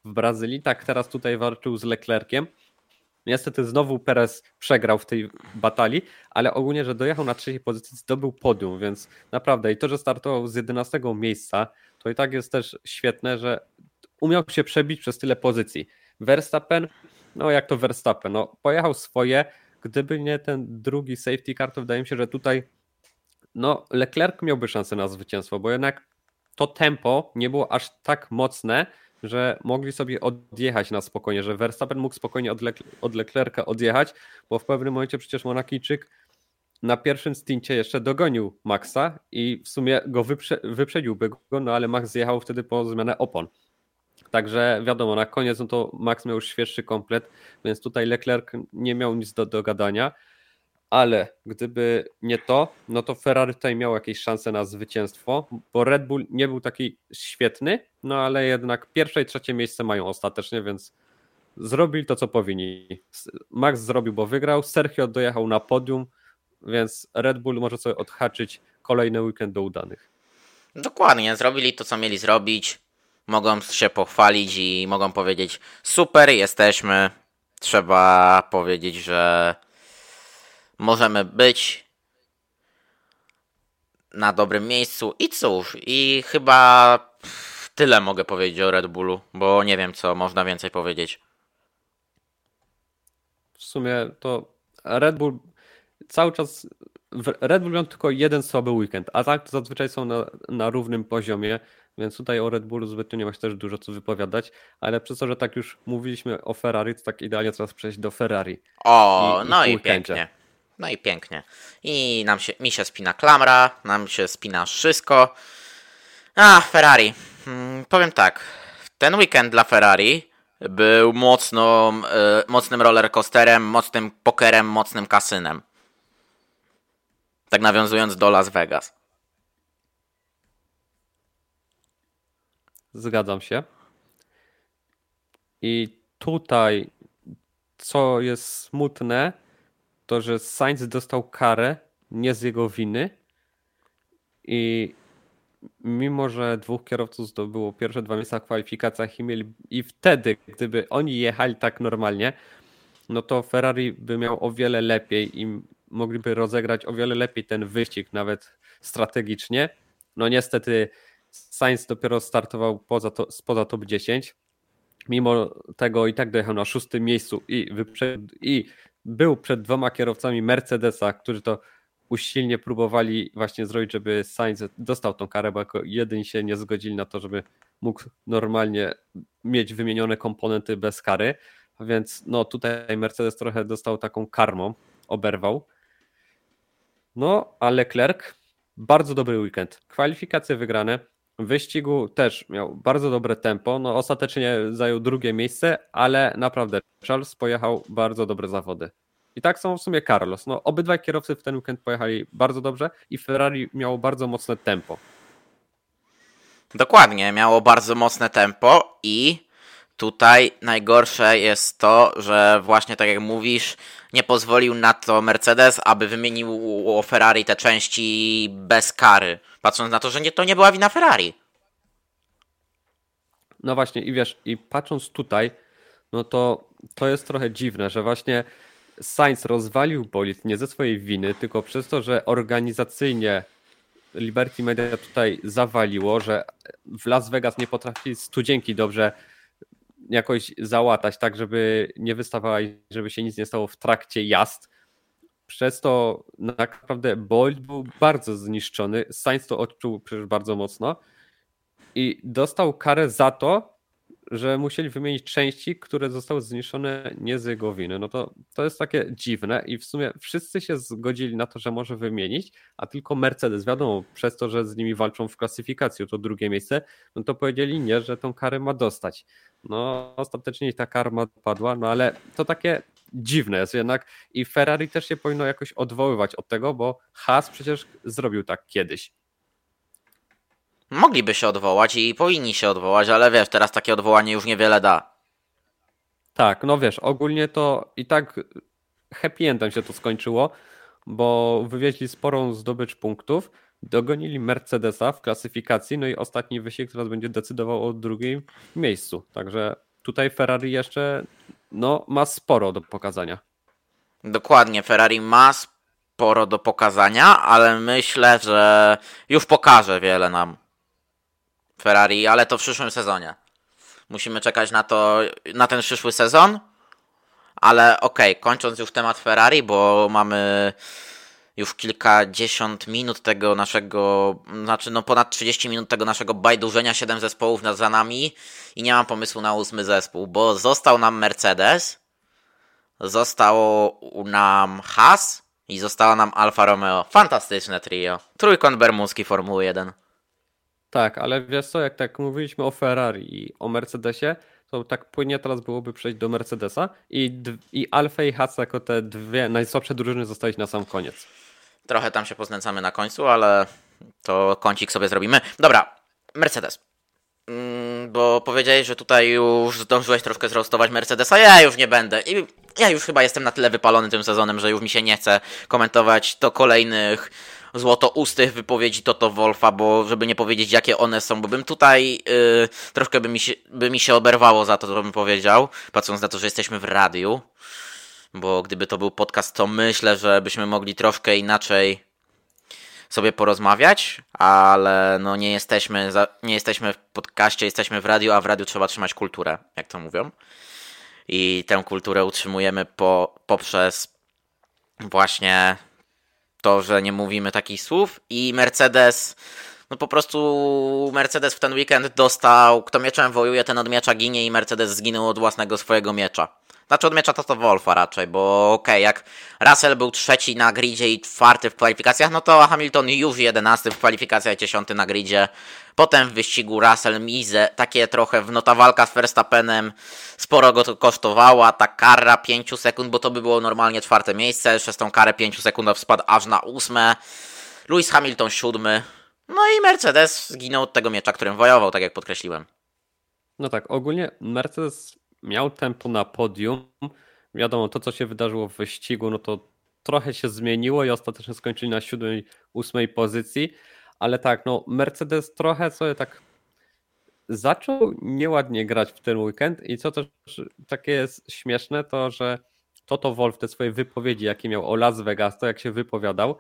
w Brazylii, tak teraz tutaj walczył z Leclerciem. Niestety znowu Perez przegrał w tej batalii, ale ogólnie, że dojechał na trzeciej pozycji, zdobył podium, więc naprawdę i to, że startował z 11 miejsca, to i tak jest też świetne, że umiał się przebić przez tyle pozycji. Verstappen, no jak to Verstappen, no pojechał swoje, gdyby nie ten drugi safety car, to wydaje mi się, że tutaj no Leclerc miałby szansę na zwycięstwo, bo jednak to tempo nie było aż tak mocne, że mogli sobie odjechać na spokojnie, że Verstappen mógł spokojnie od Leclerca odjechać, bo w pewnym momencie przecież Monakijczyk na pierwszym stincie jeszcze dogonił Maxa i w sumie go wyprzedziłby go, no ale Max zjechał wtedy po zmianę opon. Także wiadomo, na koniec no to Max miał już świeższy komplet, więc tutaj Leclerc nie miał nic do gadania, ale gdyby nie to, no to Ferrari tutaj miał jakieś szanse na zwycięstwo, bo Red Bull nie był taki świetny, no ale jednak pierwsze i trzecie miejsce mają ostatecznie, więc zrobili to, co powinni. Max zrobił, bo wygrał, Sergio dojechał na podium, więc Red Bull może sobie odhaczyć kolejny weekend do udanych. Dokładnie, zrobili to, co mieli zrobić. Mogą się pochwalić i mogą powiedzieć: super, jesteśmy. Trzeba powiedzieć, że możemy być na dobrym miejscu. I cóż, i chyba tyle mogę powiedzieć o Red Bullu, bo nie wiem, co można więcej powiedzieć. W sumie to Red Bull cały czas. Red Bull miał tylko jeden słaby weekend, a tak to zazwyczaj są na równym poziomie, więc tutaj o Red Bullu zbytnio nie ma się też dużo co wypowiadać, ale przez to, że tak już mówiliśmy o Ferrari, to tak idealnie teraz przejść do Ferrari. O, no i weekendzie. pięknie. No i pięknie. I mi się spina klamra, nam się spina wszystko. A, Ferrari. Powiem tak. Ten weekend dla Ferrari był mocnym rollercoasterem, mocnym pokerem, mocnym kasynem. Tak nawiązując do Las Vegas. Zgadzam się. I tutaj, co jest smutne, to że Sainz dostał karę nie z jego winy i mimo, że dwóch kierowców zdobyło pierwsze 2 miejsca w kwalifikacjach i wtedy, gdyby oni jechali tak normalnie, no to Ferrari by miał o wiele lepiej i mogliby rozegrać o wiele lepiej ten wyścig, nawet strategicznie. No niestety Sainz dopiero startował spoza top 10. Mimo tego i tak dojechał na 6. miejscu i był przed 2 kierowcami Mercedesa, którzy to usilnie próbowali właśnie zrobić, żeby Sainz dostał tą karę, bo jako jedyni się nie zgodzili na to, żeby mógł normalnie mieć wymienione komponenty bez kary, więc no tutaj Mercedes trochę dostał taką karmą, oberwał. No a Leclerc, bardzo dobry weekend, kwalifikacje wygrane, w wyścigu też miał bardzo dobre tempo, no ostatecznie zajął 2. miejsce, ale naprawdę Charles pojechał bardzo dobre zawody. I tak są w sumie Carlos. No, obydwaj kierowcy w ten weekend pojechali bardzo dobrze i Ferrari miało bardzo mocne tempo. Dokładnie, miało bardzo mocne tempo i tutaj najgorsze jest to, że właśnie tak jak mówisz, nie pozwolił na to Mercedes, aby wymienił Ferrari te części bez kary, patrząc na to, że to nie była wina Ferrari. No właśnie i wiesz, i patrząc tutaj, no to jest trochę dziwne, że właśnie Sainz rozwalił bolid nie ze swojej winy, tylko przez to, że organizacyjnie Liberty Media tutaj zawaliło, że w Las Vegas nie potrafi studzienki dobrze jakoś załatać, tak żeby nie wystawała, żeby się nic nie stało w trakcie jazd. Przez to naprawdę bolid był bardzo zniszczony. Sainz to odczuł przecież bardzo mocno i dostał karę za to, że musieli wymienić części, które zostały zniszczone nie z jego winy. No to jest takie dziwne i w sumie wszyscy się zgodzili na to, że może wymienić, a tylko Mercedes, wiadomo, przez to, że z nimi walczą w klasyfikacji, to 2. miejsce, no to powiedzieli nie, że tą karę ma dostać. No ostatecznie ta kara padła, no ale to takie dziwne jest jednak i Ferrari też się powinno jakoś odwoływać od tego, bo Haas przecież zrobił tak kiedyś. Mogliby się odwołać i powinni się odwołać, ale wiesz, teraz takie odwołanie już niewiele da. Tak, no wiesz, ogólnie to i tak happy endem się to skończyło, bo wywieźli sporą zdobycz punktów, dogonili Mercedesa w klasyfikacji, no i ostatni wyścig teraz będzie decydował o 2. miejscu. Także tutaj Ferrari jeszcze ma sporo do pokazania. Dokładnie, Ferrari ma sporo do pokazania, ale myślę, że już pokaże wiele nam Ferrari, ale to w przyszłym sezonie. Musimy czekać na ten przyszły sezon, ale okej, kończąc już temat Ferrari, bo mamy już kilkadziesiąt minut tego naszego, ponad 30 minut tego naszego bajdurzenia, 7 zespołów za nami i nie mam pomysłu na 8 zespół, bo został nam Mercedes, zostało nam Haas i została nam Alfa Romeo. Fantastyczne trio. Trójkąt bermudzki Formuły 1. Tak, ale wiesz co, jak tak mówiliśmy o Ferrari i o Mercedesie, to tak płynnie teraz byłoby przejść do Mercedesa i Alfa i Haas jako te dwie najsłabsze drużyny zostawić na sam koniec. Trochę tam się poznęcamy na końcu, ale to kącik sobie zrobimy. Dobra, Mercedes. Bo powiedziałeś, że tutaj już zdążyłeś troszkę zroastować Mercedesa. Ja już nie będę. I ja już chyba jestem na tyle wypalony tym sezonem, że już mi się nie chce komentować to kolejnych złotoustych wypowiedzi Toto Wolffa, bo żeby nie powiedzieć jakie one są, bo bym tutaj troszkę by mi się oberwało za to, co bym powiedział, patrząc na to, że jesteśmy w radiu. Bo gdyby to był podcast, to myślę, że byśmy mogli troszkę inaczej sobie porozmawiać, ale no nie jesteśmy w podcaście, jesteśmy w radiu, a w radiu trzeba trzymać kulturę, jak to mówią. I tę kulturę utrzymujemy poprzez właśnie to, że nie mówimy takich słów i Mercedes, no po prostu Mercedes w ten weekend dostał, kto mieczem wojuje, ten od miecza ginie i Mercedes zginął od własnego swojego miecza. Znaczy od miecza to Wolffa raczej, bo okej, jak Russell był trzeci na gridzie i czwarty w kwalifikacjach, no to Hamilton już 11 w kwalifikacjach, 10 na gridzie. Potem w wyścigu Russell Mize, takie trochę ta walka z Verstappenem sporo go to kosztowała, ta kara 5 sekund, bo to by było normalnie 4 miejsce, przez tą karę 5 sekund spadł aż na 8. Lewis Hamilton 7. No i Mercedes zginął od tego miecza, którym wojował, tak jak podkreśliłem. No tak, ogólnie Mercedes miał tempo na podium. Wiadomo, to co się wydarzyło w wyścigu, no to trochę się zmieniło i ostatecznie skończyli na 7., 8. pozycji. Ale tak, no Mercedes trochę sobie tak zaczął nieładnie grać w ten weekend i co też takie jest śmieszne, to że Toto Wolff te swoje wypowiedzi, jakie miał o Las Vegas, to jak się wypowiadał,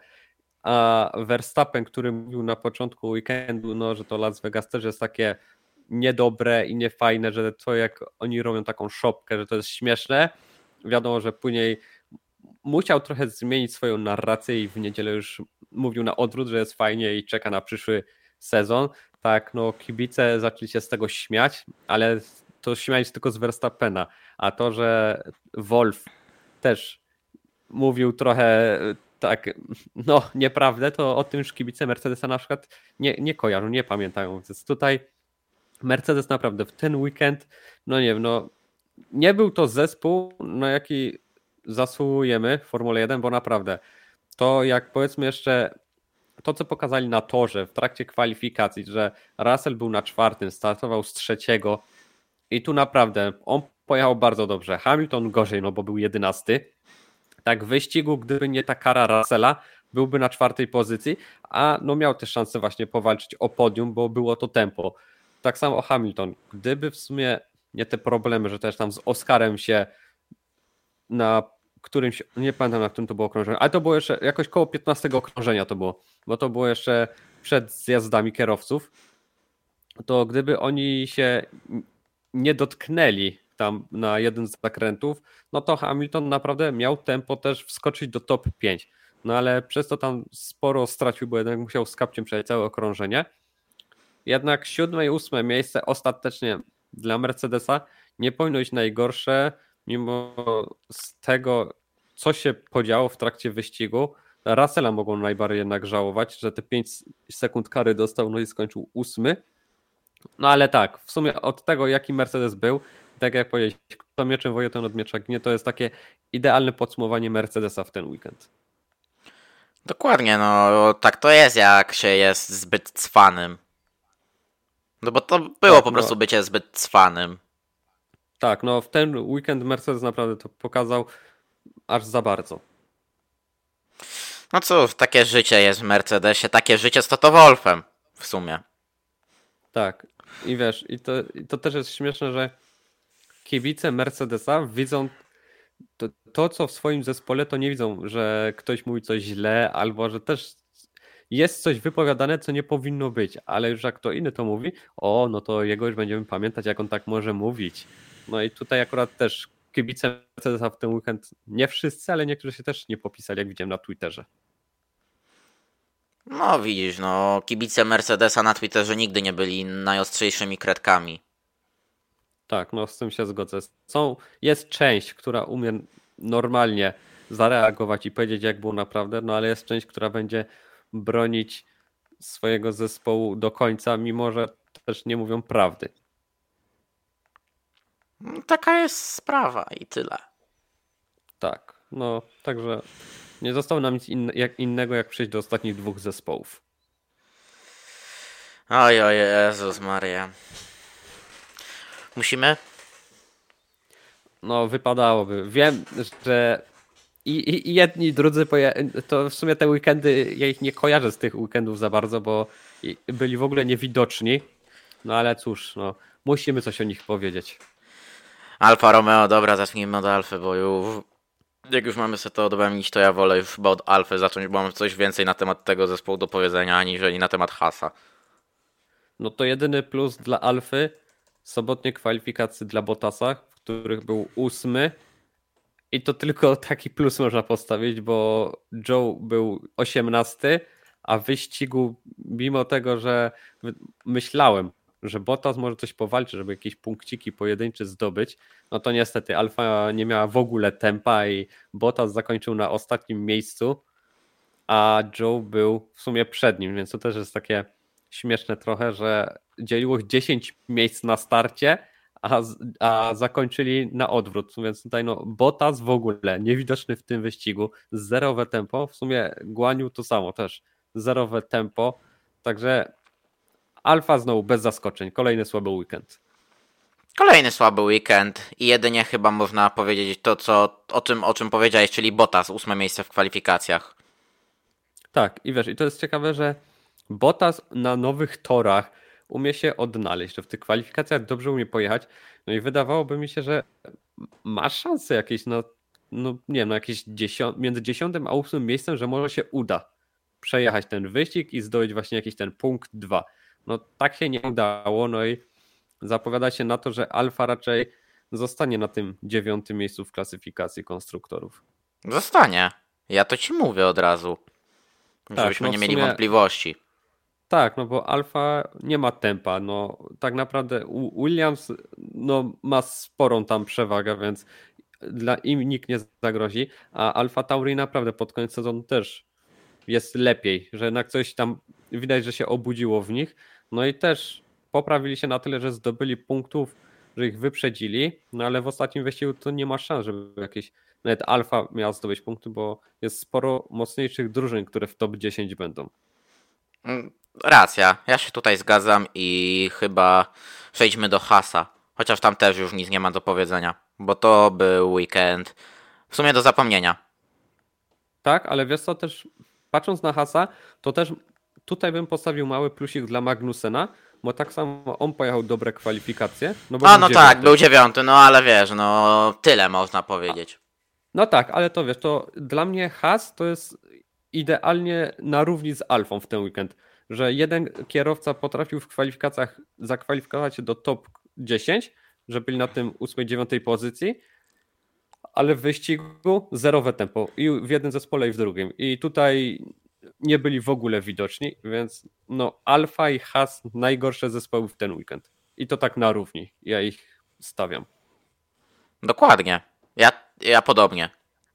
a Verstappen, który mówił na początku weekendu, no, że to Las Vegas też jest takie niedobre i niefajne, że to jak oni robią taką szopkę, że to jest śmieszne. Wiadomo, że później musiał trochę zmienić swoją narrację i w niedzielę już mówił na odwrót, że jest fajnie i czeka na przyszły sezon. Tak, no kibice zaczęli się z tego śmiać, ale to śmiali się tylko z Verstappena, a to, że Wolff też mówił trochę tak, no nieprawdę, to o tym już kibice Mercedesa na przykład nie kojarzą, nie pamiętają. Więc tutaj Mercedes naprawdę w ten weekend, no nie wiem, no nie był to zespół, na jaki zasługujemy w Formule 1, bo naprawdę to jak powiedzmy jeszcze to, co pokazali na torze w trakcie kwalifikacji, że Russell był na 4., startował z 3. i tu naprawdę on pojechał bardzo dobrze. Hamilton gorzej, no bo był 11. Tak w wyścigu, gdyby nie ta kara Russella, byłby na 4. pozycji, a no miał też szansę właśnie powalczyć o podium, bo było to tempo. Tak samo Hamilton. Gdyby w sumie nie te problemy, że też tam z Oscarem się na którymś, nie pamiętam na którym to było okrążenie, ale to było jeszcze jakoś koło 15 okrążenia to było, bo to było jeszcze przed zjazdami kierowców, to gdyby oni się nie dotknęli tam na jeden z zakrętów, no to Hamilton naprawdę miał tempo też wskoczyć do top 5. No ale przez to tam sporo stracił, bo jednak musiał z kapciem przejść całe okrążenie. Jednak 7. i 8. miejsce ostatecznie dla Mercedesa nie powinno być najgorsze, mimo z tego, co się podziało w trakcie wyścigu. Russella mogą najbardziej jednak żałować, że te 5 sekund kary dostał, no i skończył 8. No ale tak, w sumie od tego, jaki Mercedes był, tak jak powiedzieć, kto mieczem woje, ten od miecza ginie, to jest takie idealne podsumowanie Mercedesa w ten weekend. Dokładnie, no tak to jest, jak się jest zbyt cwanym. No bo to było tak, po prostu bycie zbyt cwanym. Tak, no w ten weekend Mercedes naprawdę to pokazał aż za bardzo. No cóż, takie życie jest w Mercedesie, takie życie z Toto Wolffem w sumie. Tak, i wiesz, i to też jest śmieszne, że kibice Mercedesa widzą to, co w swoim zespole, to nie widzą, że ktoś mówi coś źle, albo że też jest coś wypowiadane, co nie powinno być, ale już jak kto inny to mówi, no to jego już będziemy pamiętać, jak on tak może mówić. No i tutaj akurat też kibice Mercedesa w ten weekend, nie wszyscy, ale niektórzy się też nie popisali, jak widziałem na Twitterze. No widzisz, no kibice Mercedesa na Twitterze nigdy nie byli najostrzejszymi kredkami. Tak, no z tym się zgodzę. Jest część, która umie normalnie zareagować i powiedzieć, jak było naprawdę, no ale jest część, która będzie bronić swojego zespołu do końca, mimo że też nie mówią prawdy. Taka jest sprawa i tyle. Tak, no także nie zostało nam nic innego, jak przejść do ostatnich dwóch zespołów. Oj, Jezus Maria. Musimy? No wypadałoby. Wiem, że i jedni, i drudzy, to w sumie te weekendy, ja ich nie kojarzę z tych weekendów za bardzo, bo byli w ogóle niewidoczni. No ale cóż, no musimy coś o nich powiedzieć. Alfa Romeo, dobra, zacznijmy od Alfy, bo już, jak już mamy sobie to odbędzić, to ja wolę już chyba od Alfy zacząć, bo mam coś więcej na temat tego zespołu do powiedzenia, aniżeli na temat Haasa. No to jedyny plus dla Alfy, sobotnie kwalifikacje dla Bottasa, w których był 8. I to tylko taki plus można postawić, bo Joe był 18, a w wyścigu, mimo tego, że myślałem, że Bottas może coś powalczy, żeby jakieś punkciki pojedyncze zdobyć, no to niestety Alfa nie miała w ogóle tempa i Bottas zakończył na ostatnim miejscu, a Joe był w sumie przed nim, więc to też jest takie śmieszne trochę, że dzieliło 10 miejsc na starcie, a zakończyli na odwrót, więc tutaj no Bottas w ogóle niewidoczny w tym wyścigu, zerowe tempo, w sumie Guaniu to samo też, zerowe tempo, także Alfa znowu bez zaskoczeń, kolejny słaby weekend. Kolejny słaby weekend i jedynie chyba można powiedzieć to, o czym powiedziałeś, czyli Bottas, 8 miejsce w kwalifikacjach. Tak, i wiesz, i to jest ciekawe, że Bottas na nowych torach umie się odnaleźć, że w tych kwalifikacjach dobrze umie pojechać, no i wydawałoby mi się, że ma szansę jakieś, no nie wiem, jakieś między 10 a 8 miejscem, że może się uda przejechać ten wyścig i zdobyć właśnie jakiś ten punkt 2. No tak się nie udało, no i zapowiada się na to, że Alfa raczej zostanie na tym 9 miejscu w klasyfikacji konstruktorów. Zostanie. Ja to ci mówię od razu. Żebyśmy no nie w mieli sumie wątpliwości. Tak, no bo Alfa nie ma tempa, no tak naprawdę Williams no, ma sporą tam przewagę, więc dla im nikt nie zagrozi, a Alfa Tauri naprawdę pod koniec sezonu też jest lepiej, że jednak coś tam widać, że się obudziło w nich, no i też poprawili się na tyle, że zdobyli punktów, że ich wyprzedzili, no ale w ostatnim wyścigu to nie ma szans, żeby jakieś nawet Alfa miała zdobyć punkty, bo jest sporo mocniejszych drużyn, które w top 10 będą. Racja, ja się tutaj zgadzam i chyba przejdźmy do Haasa. Chociaż tam też już nic nie ma do powiedzenia, bo to był weekend w sumie do zapomnienia. Tak, ale wiesz co, też patrząc na Haasa, to też tutaj bym postawił mały plusik dla Magnusena, bo tak samo on pojechał dobre kwalifikacje. No bo No tak, był 9, no ale wiesz, no tyle można powiedzieć. No tak, ale to wiesz, to dla mnie Haas to jest idealnie na równi z Alfą w ten weekend, że jeden kierowca potrafił w kwalifikacjach zakwalifikować się do top 10, że byli na tym 8-9 pozycji, ale w wyścigu zerowe tempo i w jednym zespole i w drugim. I tutaj nie byli w ogóle widoczni, więc no Alfa i Haas najgorsze zespoły w ten weekend. I to tak na równi. Ja ich stawiam. Dokładnie. Ja podobnie.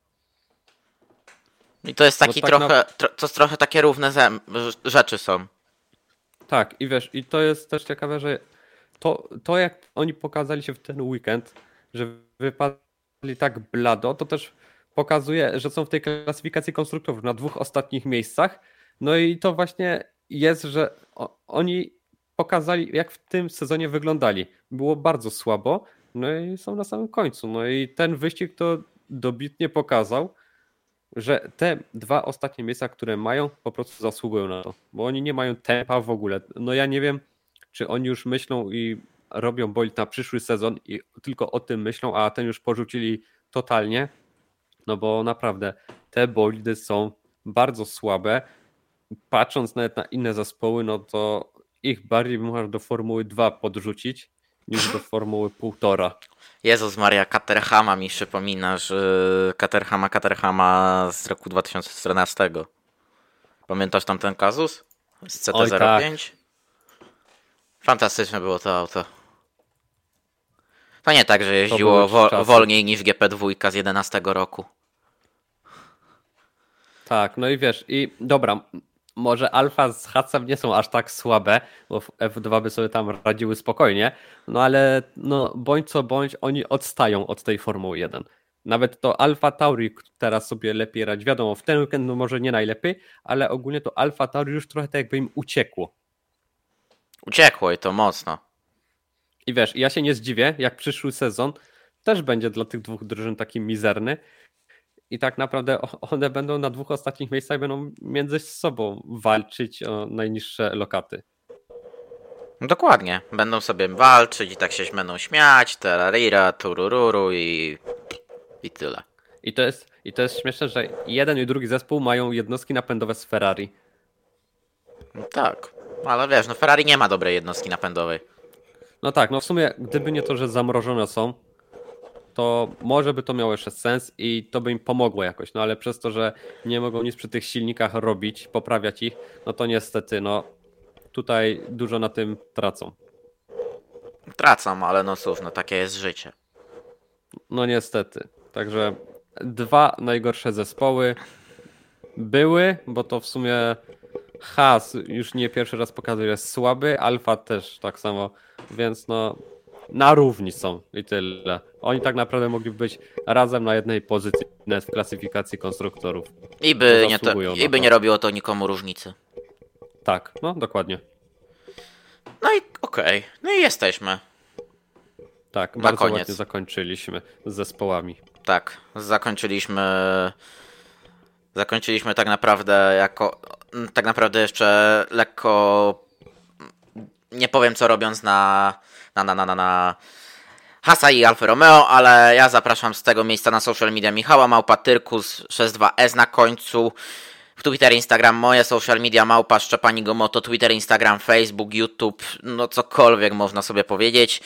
I to jest taki tak to trochę takie równe rzeczy są. Tak, i wiesz, i to jest też ciekawe, że to jak oni pokazali się w ten weekend, że wypadli tak blado, to też pokazuje, że są w tej klasyfikacji konstruktorów na dwóch ostatnich miejscach. No i to właśnie jest, że oni pokazali, jak w tym sezonie wyglądali. Było bardzo słabo, no i są na samym końcu. No i ten wyścig to dobitnie pokazał, że te dwa ostatnie miejsca, które mają, po prostu zasługują na to, bo oni nie mają tempa w ogóle. No ja nie wiem, czy oni już myślą i robią bolid na przyszły sezon i tylko o tym myślą, a ten już porzucili totalnie, no bo naprawdę te bolidy są bardzo słabe. Patrząc nawet na inne zespoły, no to ich bardziej można do Formuły 2 podrzucić niż do Formuły 1,5. Jezus Maria, Caterhama mi przypomina, że Caterhama z roku 2014. Pamiętasz tam ten kazus? Z CT05? Fantastyczne było to auto. To nie tak, że jeździło wolniej niż GP2 z 11 roku. Tak, no i wiesz, i dobra, może Alfa z Hatsem nie są aż tak słabe, bo F2 by sobie tam radziły spokojnie, no ale no bądź co bądź, oni odstają od tej Formuły 1. Nawet to Alfa Tauri teraz sobie lepiej radzi. Wiadomo, w ten weekend no może nie najlepiej, ale ogólnie to Alfa Tauri już trochę tak jakby im uciekło. Uciekło i to mocno. I wiesz, ja się nie zdziwię, jak przyszły sezon też będzie dla tych dwóch drużyn taki mizerny i tak naprawdę one będą na dwóch ostatnich miejscach i będą między sobą walczyć o najniższe lokaty. Dokładnie. Będą sobie walczyć i tak się będą śmiać, terarira, turururu i tyle. I to jest śmieszne, że jeden i drugi zespół mają jednostki napędowe z Ferrari. No tak, ale wiesz, no Ferrari nie ma dobrej jednostki napędowej. No tak, no w sumie gdyby nie to, że zamrożone są, to może by to miało jeszcze sens i to by im pomogło jakoś, no ale przez to, że nie mogą nic przy tych silnikach robić, poprawiać ich, no to niestety, no tutaj dużo na tym tracą. Tracą, ale no cóż, no takie jest życie. No niestety, także dwa najgorsze zespoły były, bo to w sumie Haas już nie pierwszy raz pokazuje, że jest słaby, Alfa też tak samo, więc no na równi są i tyle. Oni tak naprawdę mogliby być razem na jednej pozycji nawet w klasyfikacji konstruktorów. I by nie robiło to nikomu różnicy. Tak, no dokładnie. No i okej. No i jesteśmy. Tak, na bardzo koniec ładnie zakończyliśmy z zespołami. Tak, zakończyliśmy tak naprawdę tak naprawdę jeszcze lekko, nie powiem co robiąc na Hasa i Alfa Romeo, ale ja zapraszam z tego miejsca na social media Michała, małpa Tyrkus 62S na końcu, w Twitter, Instagram, moje social media, małpa Szczepanigo Moto, Twitter, Instagram, Facebook, YouTube, no cokolwiek można sobie powiedzieć.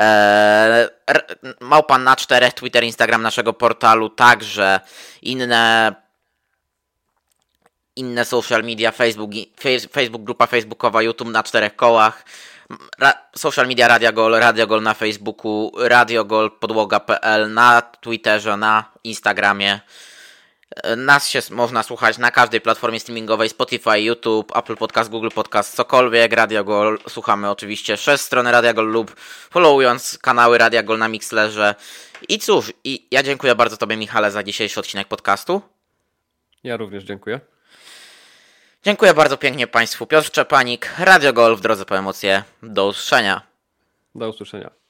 Małpa na 4, Twitter, Instagram naszego portalu, także inne social media, Facebook, grupa facebookowa, YouTube na 4 kołach, social media Radio Gol na Facebooku, radiogol.podłoga.pl na Twitterze, na Instagramie. Nas się można słuchać na każdej platformie streamingowej, Spotify, YouTube, Apple Podcast, Google Podcast, cokolwiek. Radio Gol słuchamy oczywiście przez stronę Radio Gol lub followując kanały Radio Gol na Mixlerze. I cóż, ja dziękuję bardzo Tobie, Michale, za dzisiejszy odcinek podcastu. Ja również dziękuję. Dziękuję bardzo pięknie Państwu. Piotr Szczepanik, Radio Gol w drodze po emocje. Do usłyszenia. Do usłyszenia.